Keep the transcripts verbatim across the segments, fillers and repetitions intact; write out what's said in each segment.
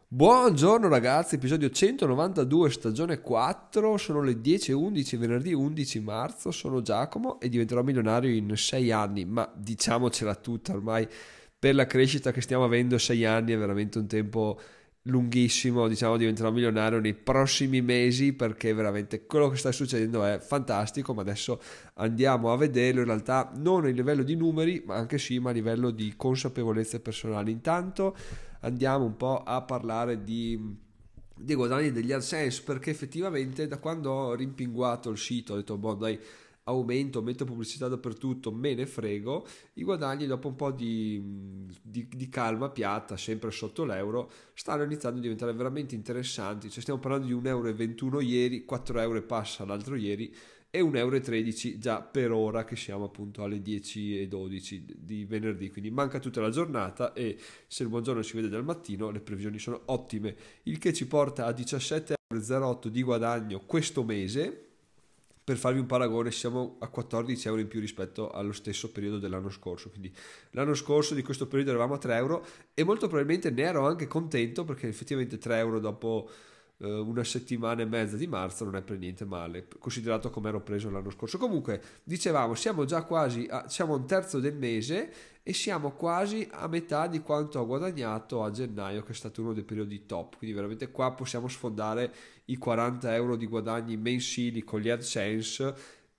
Buongiorno ragazzi, episodio centonovantadue, stagione quattro, sono le dieci e undici, venerdì undici marzo, sono Giacomo e diventerò milionario in sei anni, ma diciamocela tutta ormai, per la crescita che stiamo avendo sei anni è veramente un tempo lunghissimo, diciamo diventerò milionario nei prossimi mesi perché veramente quello che sta succedendo è fantastico, ma adesso andiamo a vederlo in realtà non a livello di numeri, ma anche sì, ma a livello di consapevolezze personali. Intanto andiamo un po' a parlare di, dei guadagni degli AdSense perché effettivamente da quando ho rimpinguato il sito ho detto boh dai aumento, metto pubblicità dappertutto, me ne frego, i guadagni dopo un po' di, di, di calma piatta, sempre sotto l'euro, stanno iniziando a diventare veramente interessanti, cioè stiamo parlando di un euro e ventuno ieri, quattro euro e passa l'altro ieri e un euro e tredici già per ora che siamo appunto alle dieci e dodici di venerdì, quindi manca tutta la giornata e se il buongiorno si vede dal mattino le previsioni sono ottime, il che ci porta a diciassette virgola zero otto di guadagno questo mese. Per farvi un paragone siamo a quattordici euro in più rispetto allo stesso periodo dell'anno scorso, quindi l'anno scorso di questo periodo eravamo a tre euro e molto probabilmente ne ero anche contento perché effettivamente tre euro dopo eh, una settimana e mezza di marzo non è per niente male, considerato come ero preso l'anno scorso. Comunque dicevamo siamo già quasi a, siamo a un terzo del mese e siamo quasi a metà di quanto ho guadagnato a gennaio, che è stato uno dei periodi top, quindi veramente qua possiamo sfondare i quaranta euro di guadagni mensili con gli AdSense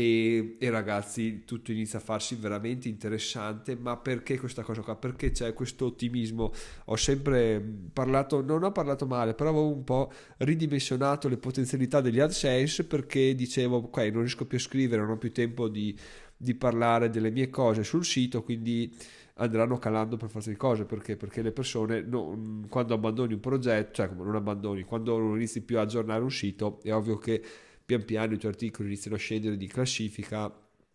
e, e ragazzi tutto inizia a farsi veramente interessante. Ma perché questa cosa qua? Perché c'è questo ottimismo? Ho sempre parlato, non ho parlato male, però avevo un po' ridimensionato le potenzialità degli AdSense perché dicevo ok, non riesco più a scrivere, non ho più tempo di di parlare delle mie cose sul sito, quindi andranno calando per forza di cose. Perché? Perché le persone non, quando abbandoni un progetto, cioè come non abbandoni, quando non inizi più a aggiornare un sito, è ovvio che pian piano i tuoi articoli iniziano a scendere di classifica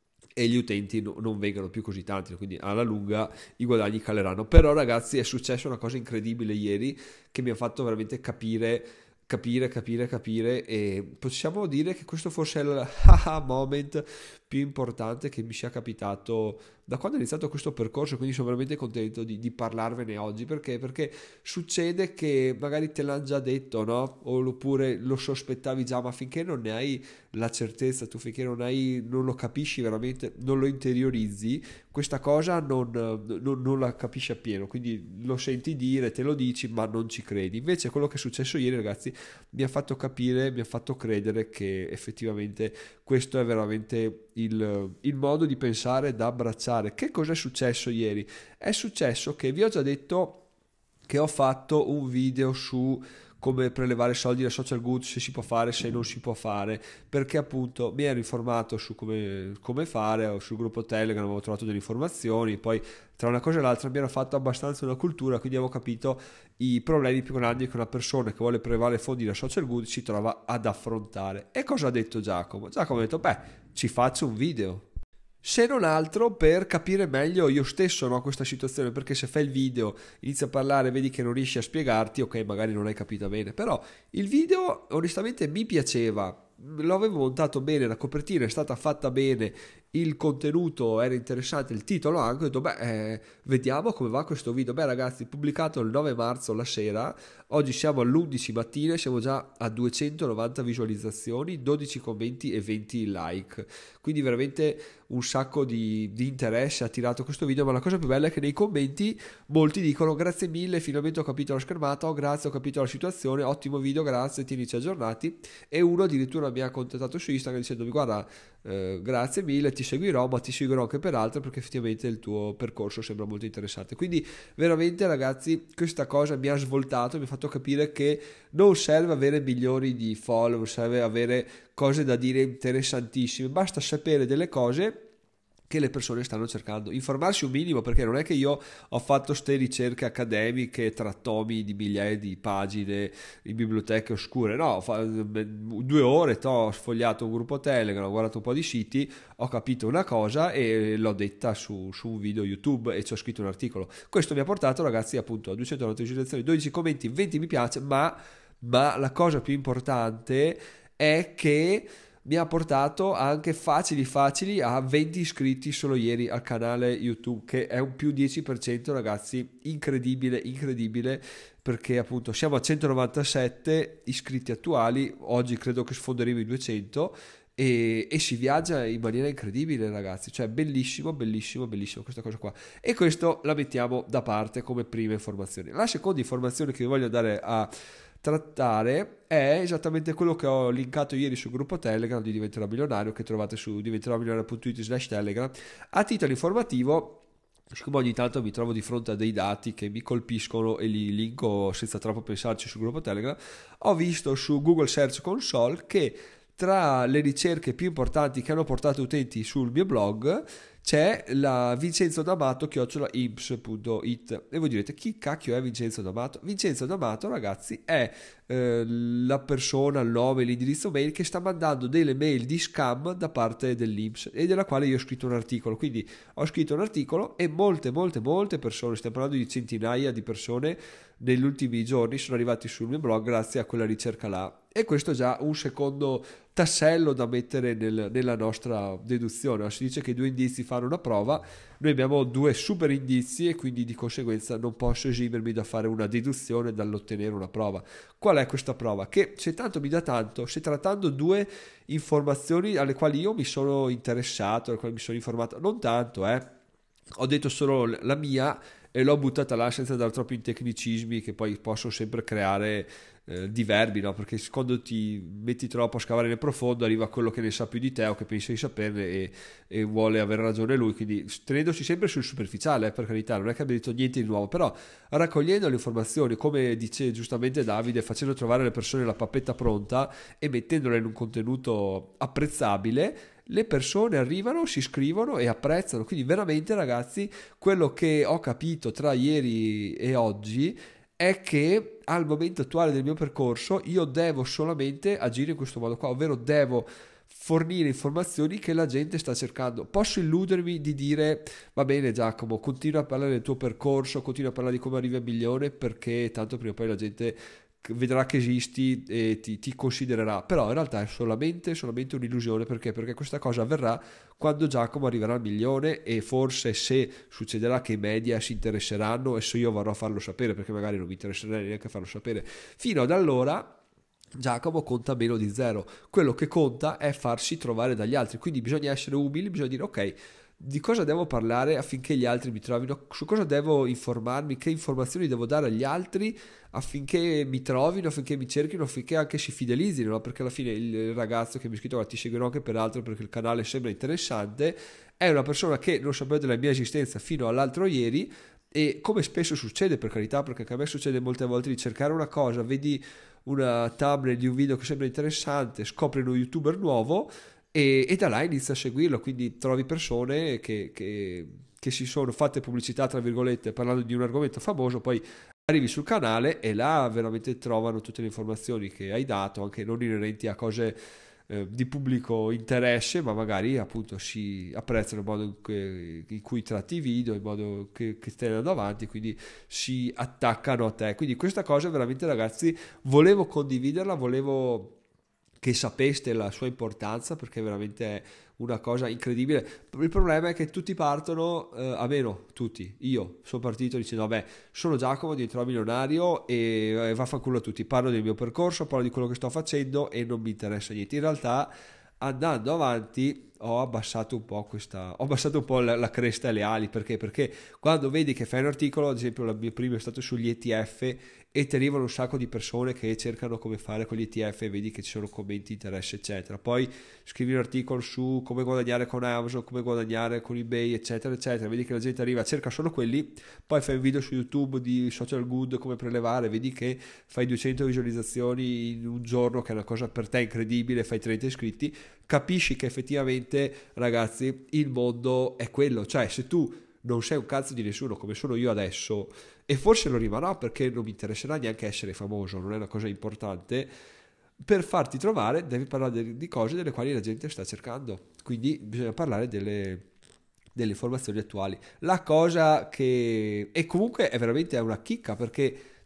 e gli utenti no, non vengono più così tanti, quindi alla lunga i guadagni caleranno. Però ragazzi è successa una cosa incredibile ieri che mi ha fatto veramente capire capire, capire, capire e possiamo dire che questo forse è il haha moment più importante che mi sia capitato da quando ho iniziato questo percorso, quindi sono veramente contento di, di parlarvene oggi. Perché? Perché succede che magari te l'hanno già detto, no? Oppure lo sospettavi già, ma finché non ne hai la certezza, tu finché non, hai, non lo capisci veramente, non lo interiorizzi, questa cosa non, non, non la capisci appieno, quindi lo senti dire, te lo dici, ma non ci credi. Invece quello che è successo ieri, ragazzi, mi ha fatto capire, mi ha fatto credere che effettivamente questo è veramente il, il modo di pensare da abbracciare. Che cosa è successo ieri? È successo che vi ho già detto che ho fatto un video su come prelevare soldi da social good, se si può fare, se non si può fare, perché appunto mi ero informato su come, come fare, o sul gruppo Telegram avevo trovato delle informazioni, poi tra una cosa e l'altra mi ero fatto abbastanza una cultura, quindi avevo capito i problemi più grandi che una persona che vuole prelevare fondi da social good si trova ad affrontare. E cosa ha detto Giacomo? Giacomo ha detto beh, ci faccio un video, se non altro per capire meglio io stesso, no, questa situazione. Perché se fai il video, inizi a parlare, vedi che non riesci a spiegarti, ok, magari non hai capito bene, però il video onestamente mi piaceva, lo avevo montato bene, la copertina è stata fatta bene, il contenuto era interessante, il titolo anche. Ho detto beh, eh, vediamo come va questo video. Beh ragazzi, pubblicato il nove marzo la sera, oggi siamo all'undici mattina e siamo già a duecentonovanta visualizzazioni, dodici commenti e venti like, quindi veramente un sacco di, di interesse ha attirato questo video. Ma la cosa più bella è che nei commenti molti dicono grazie mille, finalmente ho capito la schermata, oh grazie, ho capito la situazione, ottimo video, grazie, tienici aggiornati. E uno addirittura mi ha contattato su Instagram dicendomi guarda, eh, grazie mille, ti seguirò, ma ti seguirò anche per altro perché effettivamente il tuo percorso sembra molto interessante. Quindi veramente ragazzi questa cosa mi ha svoltato, mi ha fatto capire che non serve avere milioni di follower, serve avere cose da dire interessantissime, basta sapere delle cose che le persone stanno cercando, informarsi un minimo, perché non è che io ho fatto ste ricerche accademiche tra tomi di migliaia di pagine in biblioteche oscure, no, fa, due ore ho sfogliato un gruppo Telegram, ho guardato un po' di siti, ho capito una cosa e l'ho detta su, su un video YouTube e ci ho scritto un articolo. Questo mi ha portato ragazzi appunto a duecentonovanta visualizzazioni, dodici commenti, venti mi piace, ma, ma la cosa più importante è che mi ha portato anche facili facili a venti iscritti solo ieri al canale YouTube, che è un più dieci per cento, ragazzi, incredibile, incredibile, perché appunto siamo a centonovantasette iscritti attuali, oggi credo che sfonderemo i duecento, e, e si viaggia in maniera incredibile, ragazzi, cioè bellissimo, bellissimo, bellissimo questa cosa qua. E questo la mettiamo da parte come prima informazione. La seconda informazione che vi voglio dare a trattare è esattamente quello che ho linkato ieri sul gruppo Telegram di Diventerò Milionario, che trovate su diventeromilionario punto it slash telegram. A titolo informativo, siccome ogni tanto mi trovo di fronte a dei dati che mi colpiscono e li linko senza troppo pensarci sul gruppo Telegram, ho visto su Google Search Console che tra le ricerche più importanti che hanno portato utenti sul mio blog c'è la Vincenzo D'Amato chiocciola imps punto it. E voi direte, chi cacchio è Vincenzo D'Amato? Vincenzo D'Amato, ragazzi, è eh, la persona, il nome, l'indirizzo mail che sta mandando delle mail di scam da parte dell'I N P S e della quale io ho scritto un articolo. Quindi ho scritto un articolo e molte, molte, molte persone, stiamo parlando di centinaia di persone negli ultimi giorni, sono arrivati sul mio blog grazie a quella ricerca là. E questo è già un secondo tassello da mettere nel, nella nostra deduzione. Si dice che due indizi fanno una prova, noi abbiamo due super indizi e quindi di conseguenza non posso esimermi da fare una deduzione dall'ottenere una prova. Qual è questa prova? Che se tanto mi dà tanto, se trattando due informazioni alle quali io mi sono interessato, alle quali mi sono informato, non tanto, eh, ho detto solo la mia e l'ho buttata là senza dar troppi tecnicismi che poi possono sempre creare eh, diverbi, no? Perché quando ti metti troppo a scavare nel profondo arriva quello che ne sa più di te o che pensa di saperne e, e vuole avere ragione lui, quindi tenendosi sempre sul superficiale, eh, per carità, non è che abbia detto niente di nuovo, però raccogliendo le informazioni, come dice giustamente Davide, facendo trovare alle persone la pappetta pronta e mettendola in un contenuto apprezzabile, le persone arrivano, si iscrivono e apprezzano. Quindi veramente, ragazzi, quello che ho capito tra ieri e oggi è che al momento attuale del mio percorso io devo solamente agire in questo modo qua, ovvero devo fornire informazioni che la gente sta cercando. Posso illudermi di dire va bene Giacomo, continua a parlare del tuo percorso, continua a parlare di come arrivi a milione, perché tanto prima o poi la gente vedrà che esisti e ti, ti considererà, però in realtà è solamente, solamente un'illusione. Perché? Perché questa cosa avverrà quando Giacomo arriverà al milione, e forse se succederà che i media si interesseranno e se io vorrò farlo sapere, perché magari non mi interesserei neanche farlo sapere, fino ad allora Giacomo conta meno di zero. Quello che conta è farsi trovare dagli altri, quindi bisogna essere umili, bisogna dire ok, di cosa devo parlare affinché gli altri mi trovino, su cosa devo informarmi, che informazioni devo dare agli altri affinché mi trovino, affinché mi cerchino, affinché anche si fidelizzino, no? Perché alla fine il ragazzo che mi ha scritto guarda, ti seguirò anche per altro perché il canale sembra interessante, è una persona che non sapeva della mia esistenza fino all'altro ieri. E come spesso succede, per carità, perché a me succede molte volte di cercare una cosa, vedi una thumbnail di un video che sembra interessante, scopri uno youtuber nuovo e, e da là inizia a seguirlo, quindi trovi persone che, che, che si sono fatte pubblicità tra virgolette parlando di un argomento famoso, poi arrivi sul canale e là veramente trovano tutte le informazioni che hai dato, anche non inerenti a cose eh, di pubblico interesse, ma magari appunto si apprezzano il modo in cui, in cui tratti i video, il modo che, che stai andando avanti, quindi si attaccano a te. Quindi questa cosa veramente, ragazzi, volevo condividerla, volevo che sapeste la sua importanza, perché veramente è una cosa incredibile. Il problema è che tutti partono, eh, a meno tutti, io sono partito dicendo vabbè, sono Giacomo, diventerò milionario e eh, vaffanculo a tutti, parlo del mio percorso, parlo di quello che sto facendo e non mi interessa niente. In realtà andando avanti ho abbassato un po' questa ho abbassato un po' la, la cresta e le ali. Perché? Perché quando vedi che fai un articolo, ad esempio il mio primo è stato sugli E T F e ti arrivano un sacco di persone che cercano come fare con gli E T F e vedi che ci sono commenti, interesse eccetera, poi scrivi un articolo su come guadagnare con Amazon, come guadagnare con eBay eccetera eccetera, vedi che la gente arriva, cerca solo quelli, poi fai un video su YouTube di social good, come prelevare, vedi che fai duecento visualizzazioni in un giorno, che è una cosa per te incredibile, fai trenta iscritti, capisci che effettivamente, ragazzi, il mondo è quello. Cioè, se tu non sei un cazzo di nessuno come sono io adesso, e forse lo rimarrò perché non mi interesserà neanche essere famoso, non è una cosa importante, per farti trovare devi parlare di cose delle quali la gente sta cercando, quindi bisogna parlare delle delle informazioni attuali. La cosa che e comunque è veramente una chicca, perché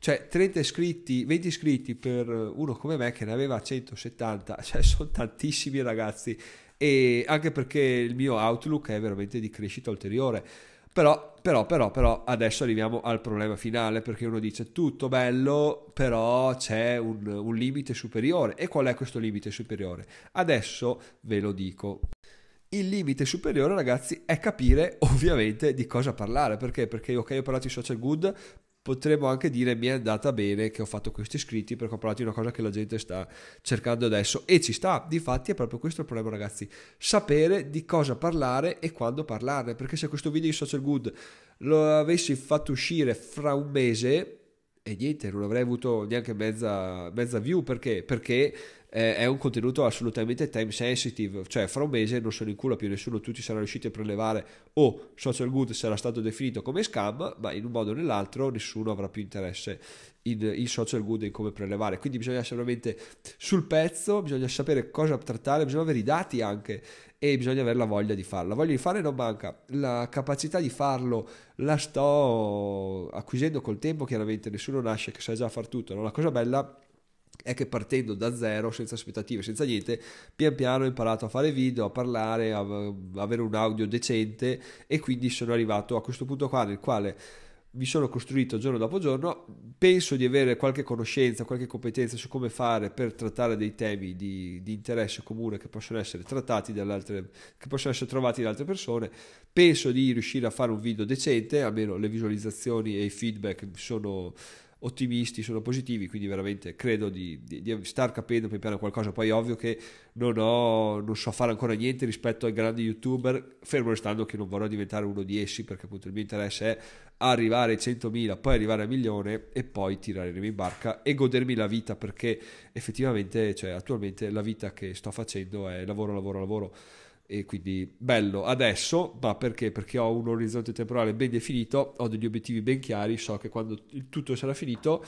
cioè trenta iscritti, venti iscritti per uno come me che ne aveva centosettanta, cioè sono tantissimi ragazzi, e anche perché il mio outlook è veramente di crescita ulteriore. Però, però, però, però, adesso arriviamo al problema finale, perché uno dice tutto bello, però c'è un, un limite superiore. E qual è questo limite superiore? Adesso ve lo dico. Il limite superiore, ragazzi, è capire ovviamente di cosa parlare. Perché? Perché ok, ho parlato di social good, potremmo anche dire mi è andata bene che ho fatto questi iscritti perché ho parlato di una cosa che la gente sta cercando adesso, e ci sta. Difatti è proprio questo il problema, ragazzi, sapere di cosa parlare e quando parlarne, perché se questo video di social good lo avessi fatto uscire fra un mese e niente, non avrei avuto neanche mezza, mezza view. Perché? Perché eh, è un contenuto assolutamente time sensitive, cioè fra un mese non se ne incula più nessuno, tutti saranno riusciti a prelevare o social good sarà stato definito come scam, ma in un modo o nell'altro nessuno avrà più interesse in, in social good e in come prelevare. Quindi bisogna essere veramente sul pezzo, bisogna sapere cosa trattare, bisogna avere i dati anche, e bisogna avere la voglia di farlo. La voglia di fare non manca, la capacità di farlo la sto acquisendo col tempo. Chiaramente nessuno nasce che sa già far tutto, no? La cosa bella è che partendo da zero, senza aspettative, senza niente, pian piano ho imparato a fare video, a parlare, a avere un audio decente, e quindi sono arrivato a questo punto qua nel quale mi sono costruito giorno dopo giorno. Penso di avere qualche conoscenza, qualche competenza su come fare per trattare dei temi di, di interesse comune che possono essere trattati dalle altre, che possono essere trovati da altre persone. Penso di riuscire a fare un video decente, almeno le visualizzazioni e i feedback sono ottimisti, sono positivi, quindi veramente credo di, di, di star capendo pian piano qualcosa. Poi è ovvio che non ho, non so fare ancora niente rispetto ai grandi youtuber, fermo restando che non vorrò diventare uno di essi, perché appunto il mio interesse è arrivare ai centomila, poi arrivare a milione e poi tirarmi in barca e godermi la vita, perché effettivamente, cioè attualmente la vita che sto facendo è lavoro, lavoro, lavoro. E quindi bello adesso, ma perché? Perché ho un orizzonte temporale ben definito, ho degli obiettivi ben chiari, so che quando il tutto sarà finito,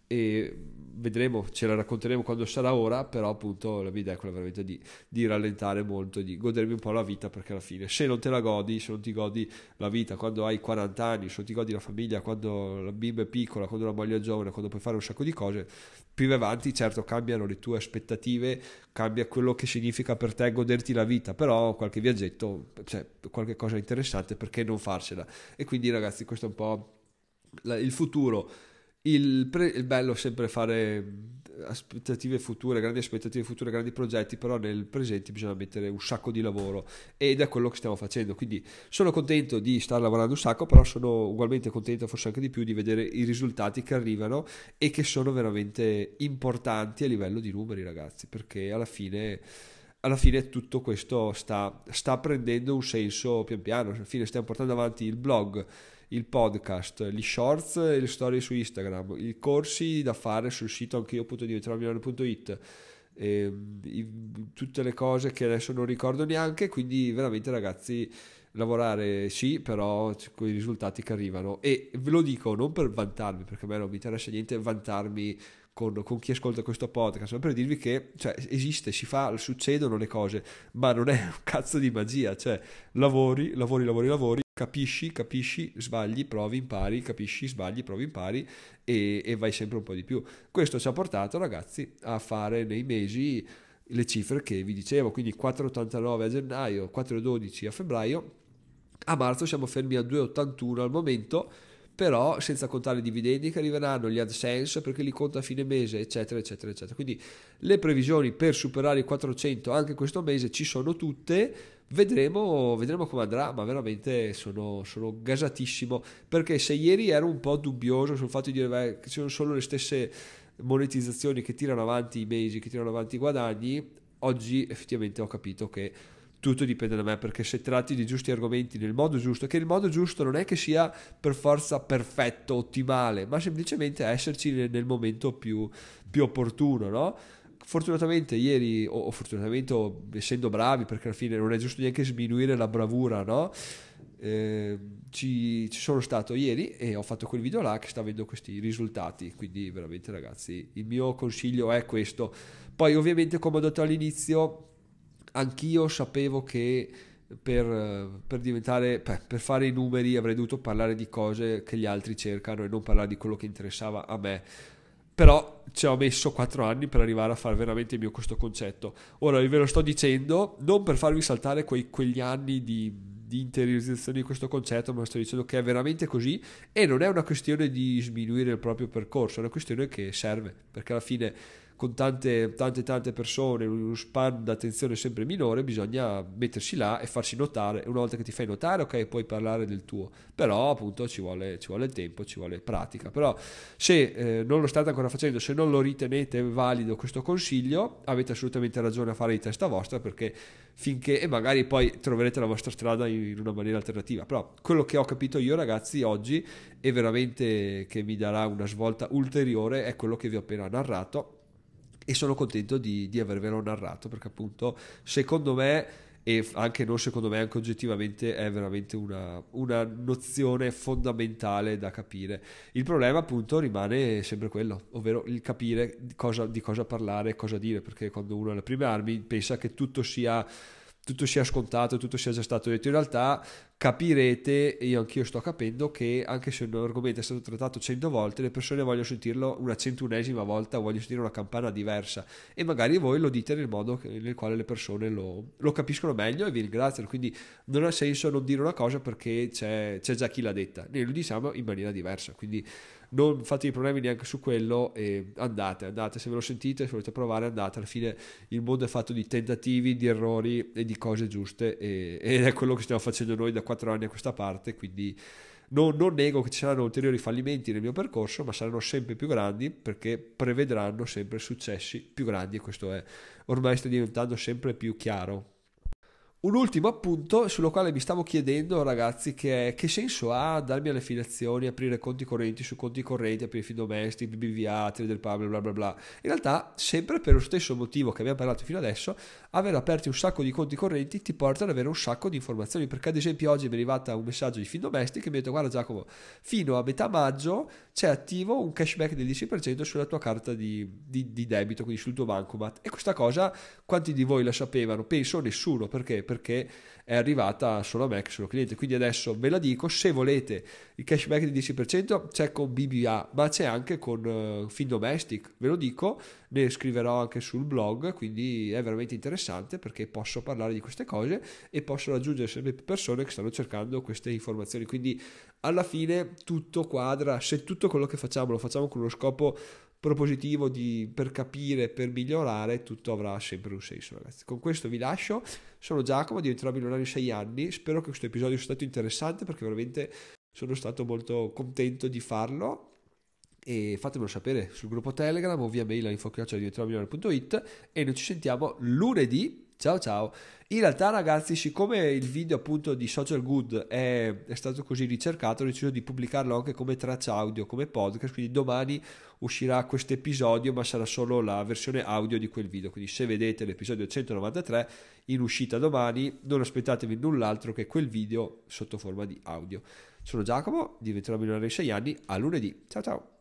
e vedremo, ce la racconteremo quando sarà ora, però appunto la mia idea è quella veramente di, di rallentare molto, di godermi un po' la vita, perché alla fine se non te la godi, se non ti godi la vita quando hai quaranta anni, se non ti godi la famiglia quando la bimba è piccola, quando la moglie è giovane, quando puoi fare un sacco di cose, più vai avanti certo cambiano le tue aspettative, cambia quello che significa per te goderti la vita, però qualche viaggetto, cioè qualche cosa interessante, perché non farsela? E quindi ragazzi, questo è un po' il futuro. Il, pre, il bello è sempre fare aspettative future, grandi aspettative future, grandi progetti, però nel presente bisogna mettere un sacco di lavoro, ed è quello che stiamo facendo. Quindi sono contento di stare lavorando un sacco, però sono ugualmente contento, forse anche di più, di vedere i risultati che arrivano e che sono veramente importanti a livello di numeri, ragazzi, perché alla fine alla fine tutto questo sta, sta prendendo un senso pian piano. Alla fine stiamo portando avanti il blog, il podcast, gli shorts e le storie su Instagram, i corsi da fare sul sito anche io punto diventare milano punto it, e, i, tutte le cose che adesso non ricordo neanche. Quindi veramente ragazzi, lavorare sì, però con i risultati che arrivano, e ve lo dico non per vantarmi, perché a me non mi interessa niente vantarmi con, con chi ascolta questo podcast, ma per dirvi che cioè, esiste, si fa, succedono le cose, ma non è un cazzo di magia. Cioè lavori, lavori, lavori, lavori, capisci, capisci, sbagli, provi, impari, capisci, sbagli, provi, impari, e, e vai sempre un po' di più. Questo ci ha portato, ragazzi, a fare nei mesi le cifre che vi dicevo, quindi quattro virgola ottantanove a gennaio, quattro virgola dodici a febbraio, a marzo siamo fermi a due virgola ottantuno al momento, però senza contare i dividendi che arriveranno, gli AdSense perché li conta a fine mese, eccetera eccetera eccetera. Quindi le previsioni per superare i quattrocento anche questo mese ci sono tutte. Vedremo, vedremo come andrà, ma veramente sono, sono gasatissimo, perché se ieri ero un po' dubbioso sul fatto di dire beh, che ci sono solo le stesse monetizzazioni che tirano avanti i mesi, che tirano avanti i guadagni, oggi effettivamente ho capito che tutto dipende da me, perché se tratti di giusti argomenti nel modo giusto, che il modo giusto non è che sia per forza perfetto, ottimale, ma semplicemente esserci nel, nel momento più, più opportuno, no? Fortunatamente ieri, o, o fortunatamente o, essendo bravi, perché alla fine non è giusto neanche sminuire la bravura, no? Eh, ci, ci sono stato ieri e ho fatto quel video là che sta avendo questi risultati. Quindi veramente ragazzi, il mio consiglio è questo. Poi ovviamente, come ho detto all'inizio, anch'io sapevo che per, per diventare, per, per fare i numeri avrei dovuto parlare di cose che gli altri cercano e non parlare di quello che interessava a me. Però ci ho messo quattro anni per arrivare a fare veramente il mio questo concetto. Ora ve lo sto dicendo non per farvi saltare quei, quegli anni di, di interiorizzazione di questo concetto, ma sto dicendo che è veramente così e non è una questione di sminuire il proprio percorso, è una questione che serve, perché alla fine con tante tante tante persone, uno span d'attenzione sempre minore, bisogna mettersi là e farsi notare. Una volta che ti fai notare, ok, puoi parlare del tuo, però appunto ci vuole, ci vuole il tempo, ci vuole pratica. Però se eh, non lo state ancora facendo, se non lo ritenete valido questo consiglio, avete assolutamente ragione a fare di testa vostra, perché finché, e magari poi troverete la vostra strada in una maniera alternativa. Però quello che ho capito io, ragazzi, oggi, e veramente che mi darà una svolta ulteriore, è quello che vi ho appena narrato. E sono contento di, di avervelo narrato, perché appunto secondo me, e anche non secondo me, anche oggettivamente è veramente una, una nozione fondamentale da capire. Il problema appunto rimane sempre quello, ovvero il capire di cosa, di cosa parlare, cosa dire, perché quando uno ha le prime armi pensa che tutto sia tutto sia scontato, tutto sia già stato detto. In realtà capirete, e io anch'io sto capendo, che anche se un argomento è stato trattato cento volte, le persone vogliono sentirlo una centunesima volta, vogliono sentire una campana diversa, e magari voi lo dite nel modo nel quale le persone lo, lo capiscono meglio e vi ringraziano. Quindi non ha senso non dire una cosa perché c'è, c'è già chi l'ha detta, noi lo diciamo in maniera diversa. Quindi non fate i problemi neanche su quello, e andate, andate, se ve lo sentite, se volete provare, andate. Alla fine il mondo è fatto di tentativi, di errori e di cose giuste, e, ed è quello che stiamo facendo noi da quattro anni a questa parte. Quindi non, non nego che ci saranno ulteriori fallimenti nel mio percorso, ma saranno sempre più grandi, perché prevedranno sempre successi più grandi, e questo è ormai sta diventando sempre più chiaro. Un ultimo appunto sullo quale mi stavo chiedendo, ragazzi, che è: che senso ha darmi alle affiliazioni, aprire conti correnti su conti correnti, aprire Findomestic, B B V A, Trader Public, bla bla bla. In realtà, sempre per lo stesso motivo che abbiamo parlato fino adesso, aver aperti un sacco di conti correnti ti porta ad avere un sacco di informazioni. Perché ad esempio oggi mi è arrivata un messaggio di Findomestic che mi ha detto: guarda Giacomo, fino a metà maggio c'è attivo un cashback del dieci per cento sulla tua carta di, di, di debito, quindi sul tuo bancomat. E questa cosa quanti di voi la sapevano? Penso nessuno. Perché? Perché è arrivata solo a me che sono cliente. Quindi adesso ve la dico: se volete il cashback del dieci per cento c'è con B B V A, ma c'è anche con uh, Findomestic, ve lo dico, ne scriverò anche sul blog. Quindi è veramente interessante, perché posso parlare di queste cose e posso raggiungere sempre più persone che stanno cercando queste informazioni. Quindi alla fine tutto quadra. Se tutto quello che facciamo lo facciamo con uno scopo propositivo di, per capire, per migliorare, tutto avrà sempre un senso, ragazzi. Con questo vi lascio. Sono Giacomo, diventerò milionario in sei anni. Spero che questo episodio sia stato interessante, perché veramente sono stato molto contento di farlo. E fatemelo sapere sul gruppo Telegram o via mail a info chiocciola diventerò milionario punto it, e noi ci sentiamo lunedì. Ciao ciao. In realtà, ragazzi, siccome il video appunto di Social Good è, è stato così ricercato, ho deciso di pubblicarlo anche come traccia audio, come podcast. Quindi domani uscirà questo episodio, ma sarà solo la versione audio di quel video. Quindi se vedete l'episodio centonovantatré in uscita domani, non aspettatevi null'altro che quel video sotto forma di audio. Sono Giacomo, diventerò milionario in sei anni. A lunedì. Ciao ciao.